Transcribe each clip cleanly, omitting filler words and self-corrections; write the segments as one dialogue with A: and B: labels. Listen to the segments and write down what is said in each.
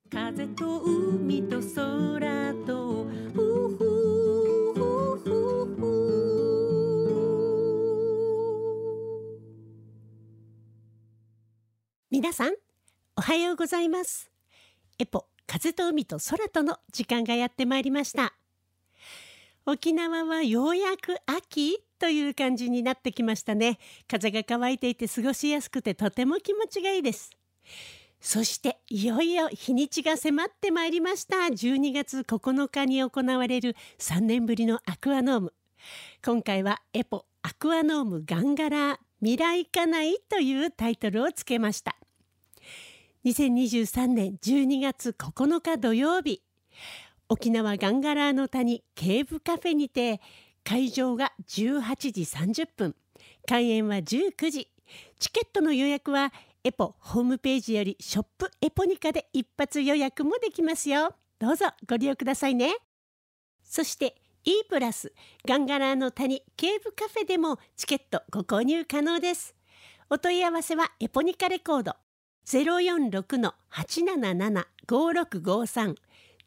A: 風と海と空と皆さんおはようございます。エポ風と海と空との時間がやってまいりました。沖縄はようやく秋という感じになってきましたね。風が乾いていて過ごしやすくてとても気持ちがいいです。そしていよいよ日にちが迫ってまいりました。12月9日に行われる3年ぶりのアクアノーム。今回はエポアクアノームガンガラー未来家内というタイトルをつけました。2023年12月9日土曜日、沖縄ガンガラーの谷ケーブカフェにて、会場が18時30分、開演は19時。チケットの予約はエポホームページよりショップエポニカで一発予約もできますよ。どうぞご利用くださいね。そして E プラスガンガラーの谷ケーブカフェでもチケットご購入可能です。お問い合わせはエポニカレコード 046-877-5653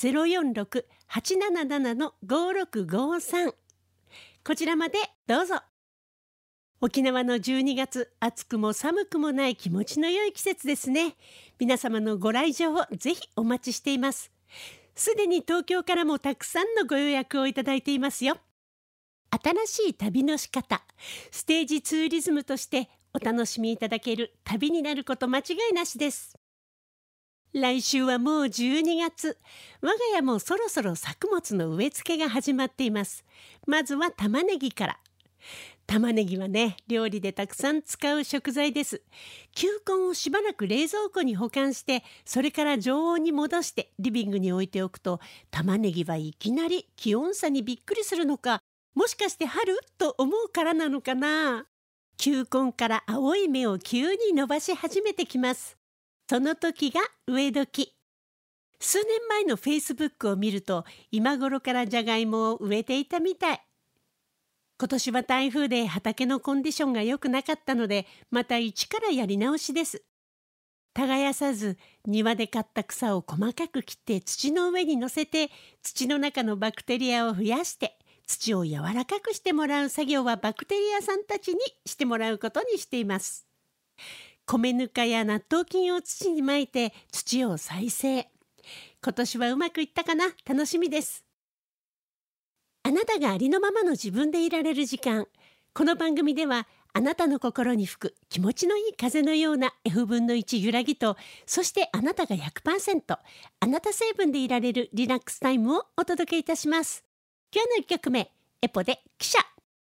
A: 046-877-5653 こちらまでどうぞ。沖縄の12月、暑くも寒くもない気持ちの良い季節ですね。皆様のご来場をぜひお待ちしています。すでに東京からもたくさんのご予約をいただいていますよ。新しい旅の仕方、ステージツーリズムとしてお楽しみいただける旅になること間違いなしです。来週はもう12月。我が家もそろそろ作物の植え付けが始まっています。まずは玉ねぎから。玉ねぎはね、料理でたくさん使う食材です。球根をしばらく冷蔵庫に保管して、それから常温に戻してリビングに置いておくと、玉ねぎはいきなり気温差にびっくりするのか、もしかして春と思うからなのかな。球根から青い芽を急に伸ばし始めてきます。その時が植え時。数年前のフェイスブックを見ると、今頃からじゃがいもを植えていたみたい。今年は台風で畑のコンディションが良くなかったので、また一からやり直しです。耕さず、庭で刈った草を細かく切って土の上に乗せて、土の中のバクテリアを増やして、土を柔らかくしてもらう作業はバクテリアさんたちにしてもらうことにしています。米ぬかや納豆菌を土にまいて土を再生。今年はうまくいったかな？楽しみです。あなたがありのままの自分でいられる時間。この番組ではあなたの心に吹く気持ちのいい風のような F 分の1揺らぎと、そしてあなたが 100% あなた成分でいられるリラックスタイムをお届けいたします。今日の1曲目、エポで汽車。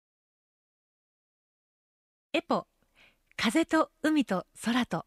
B: エポ風と海と空と。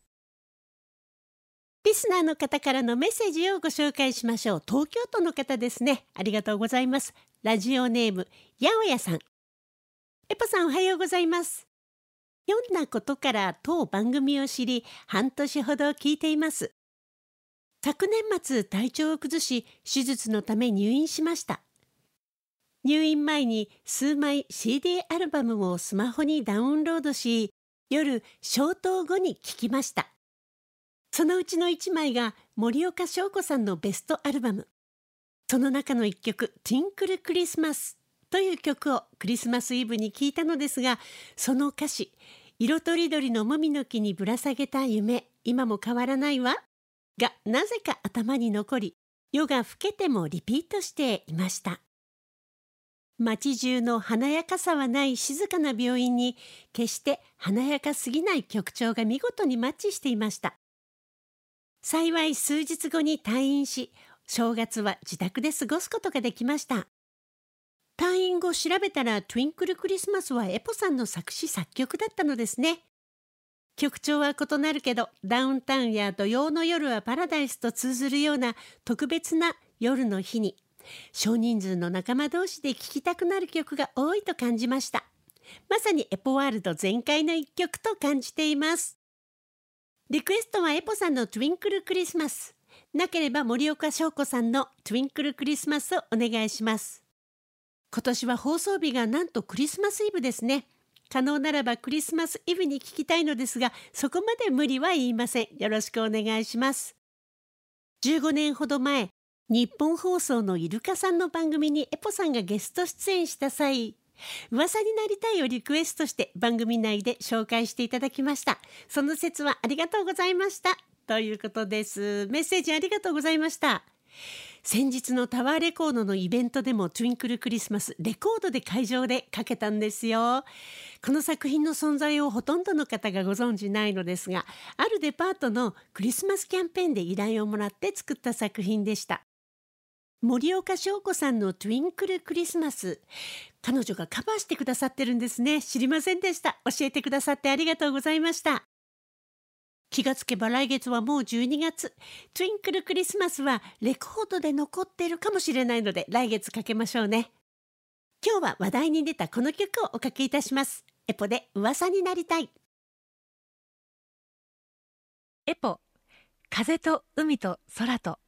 A: リスナーの方からのメッセージをご紹介しましょう。東京都の方ですね。ありがとうございます。ラジオネームやおやさん。エポさんおはようございます。ひょんなことから当番組を知り、半年ほど聞いています。昨年末体調を崩し、手術のため入院しました。入院前に数枚 CD アルバムをスマホにダウンロードし、夜消灯後に聴きました。そのうちの1枚が森岡祥子さんのベストアルバム。その中の1曲、ティンクルクリスマスという曲をクリスマスイブに聴いたのですが、その歌詞、色とりどりのもみの木にぶら下げた夢、今も変わらないわ、がなぜか頭に残り、夜が更けてもリピートしていました。街中の華やかさはない静かな病院に、決して華やかすぎない曲調が見事にマッチしていました。幸い数日後に退院し、正月は自宅で過ごすことができました。退院後調べたら、トゥインクルクリスマスはエポさんの作詞作曲だったのですね。曲調は異なるけど、ダウンタウンや土曜の夜はパラダイスと通ずるような特別な夜の日に、少人数の仲間同士で聴きたくなる曲が多いと感じました。まさにエポワールド全開の一曲と感じています。リクエストはエポさんのトゥインクルクリスマス。なければ森岡祥子さんのトゥインクルクリスマスをお願いします。今年は放送日がなんとクリスマスイブですね。可能ならばクリスマスイブに聞きたいのですが、そこまで無理は言いません。よろしくお願いします。 15年ほど前、日本放送のイルカさんの番組にエポさんがゲスト出演した際、噂になりたいをリクエストして番組内で紹介していただきました。その説はありがとうございました。ということです。メッセージありがとうございました。先日のタワーレコードのイベントでもトゥインクルクリスマスレコードで会場でかけたんですよ。この作品の存在をほとんどの方がご存じないのですが、あるデパートのクリスマスキャンペーンで依頼をもらって作った作品でした。森岡翔子さんのトゥインクルクリスマス、彼女がカバーしてくださってるんですね。知りませんでした。教えてくださってありがとうございました。気がつけば来月はもう12月。トゥインクルクリスマスはレコードで残っているかもしれないので来月かけましょうね。今日は話題に出たこの曲をおかけいたします。エポで噂になりたい。
B: エポ、風と海と空と。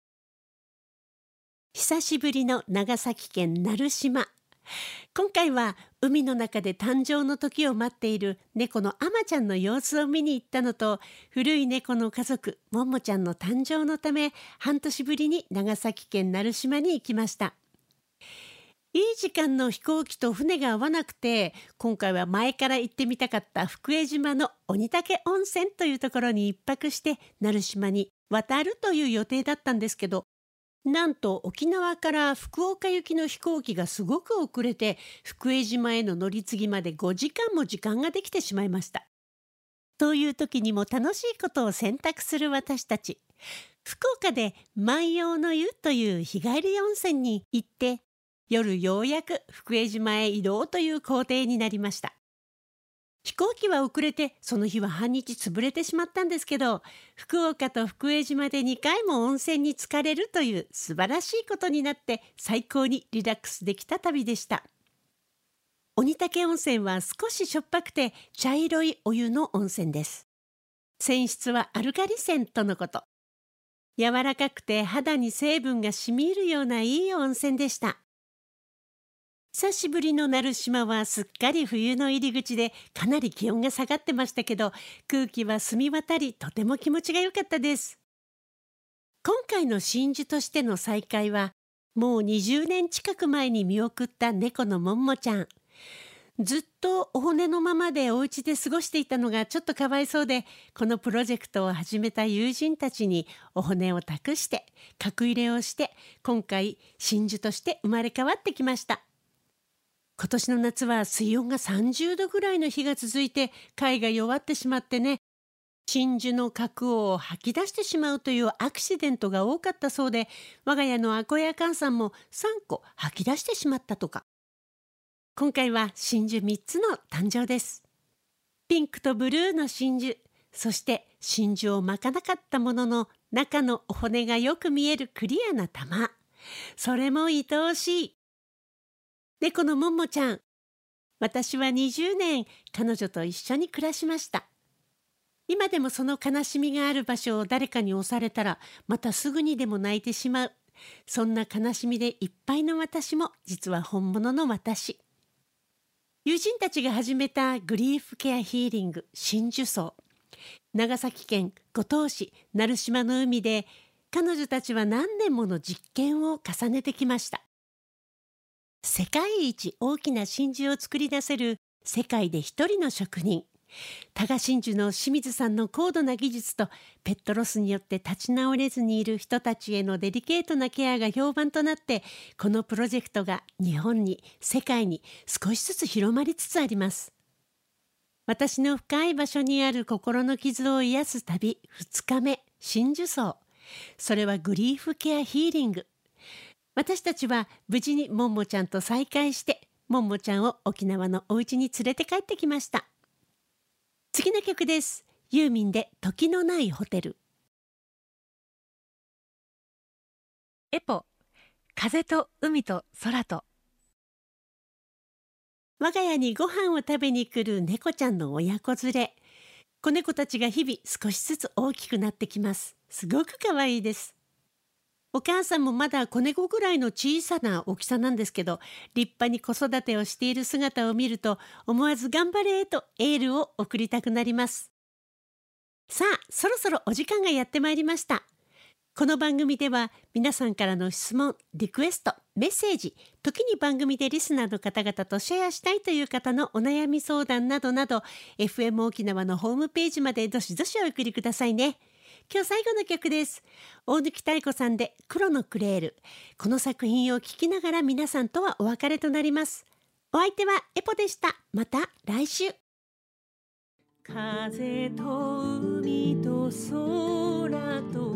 A: 久しぶりの長崎県鳴島。今回は海の中で誕生の時を待っている猫のアマちゃんの様子を見に行ったのと、古い猫の家族ももちゃんの誕生のため半年ぶりに長崎県鳴島に行きました。いい時間の飛行機と船が合わなくて、今回は前から行ってみたかった福江島の鬼岳温泉というところに一泊して鳴島に渡るという予定だったんですけど、なんと沖縄から福岡行きの飛行機がすごく遅れて、福江島への乗り継ぎまで5時間も時間ができてしまいました。という時にも楽しいことを選択する私たち。福岡で万葉の湯という日帰り温泉に行って、夜ようやく福江島へ移動という工程になりました。飛行機は遅れてその日は半日潰れてしまったんですけど、福岡と福江島で2回も温泉に浸かれるという素晴らしいことになって最高にリラックスできた旅でした。鬼岳温泉は少ししょっぱくて茶色いお湯の温泉です。泉質はアルカリ泉とのこと。柔らかくて肌に成分が染み入るようないい温泉でした。久しぶりの鳴島はすっかり冬の入り口でかなり気温が下がってましたけど、空気は澄み渡りとても気持ちが良かったです。今回の真珠としての再会はもう20年近く前に見送った猫のもんもちゃん。ずっとお骨のままでお家で過ごしていたのがちょっとかわいそうで、このプロジェクトを始めた友人たちにお骨を託して核入れをして、今回真珠として生まれ変わってきました。今年の夏は水温が30度ぐらいの日が続いて貝が弱ってしまってね、真珠の核を吐き出してしまうというアクシデントが多かったそうで、我が家のアコヤカンさんも3個吐き出してしまったとか。今回は真珠3つの誕生です。ピンクとブルーの真珠、そして真珠を巻かなかったものの中のお骨がよく見えるクリアな玉。それも愛おしい。猫のもんもちゃん。私は20年彼女と一緒に暮らしました。今でもその悲しみがある場所を誰かに押されたらまたすぐにでも泣いてしまう。そんな悲しみでいっぱいの私も実は本物の私。友人たちが始めたグリーフケアヒーリング真珠層。長崎県五島市鳴島の海で彼女たちは何年もの実験を重ねてきました。世界一大きな真珠を作り出せる世界で一人の職人、多賀真珠の清水さんの高度な技術とペットロスによって立ち直れずにいる人たちへのデリケートなケアが評判となって、このプロジェクトが日本に世界に少しずつ広まりつつあります。私の深い場所にある心の傷を癒す旅2日目、真珠層。それはグリーフケアヒーリング。私たちは無事にもんもちゃんと再会して、もんもちゃんを沖縄のお家に連れて帰ってきました。次の曲です。ユーミンで時のないホテル。
B: エポ、風と海と空と。
A: 我が家にご飯を食べに来る猫ちゃんの親子連れ。子猫たちが日々少しずつ大きくなってきます。すごく可愛いです。お母さんもまだ子猫ぐらいの小さな大きさなんですけど、立派に子育てをしている姿を見ると、思わず頑張れとエールを送りたくなります。さあ、そろそろお時間がやってまいりました。 この番組では皆さんからの質問、リクエスト、メッセージ、時に番組でリスナーの方々とシェアしたいという方のお悩み相談などなど、FM 沖縄のホームページまでどしどしお送りくださいね。今日最後の曲です。大貫妙子さんで黒のクレール。この作品を聴きながら皆さんとはお別れとなります。お相手はエポでした。また来週。風と海と空と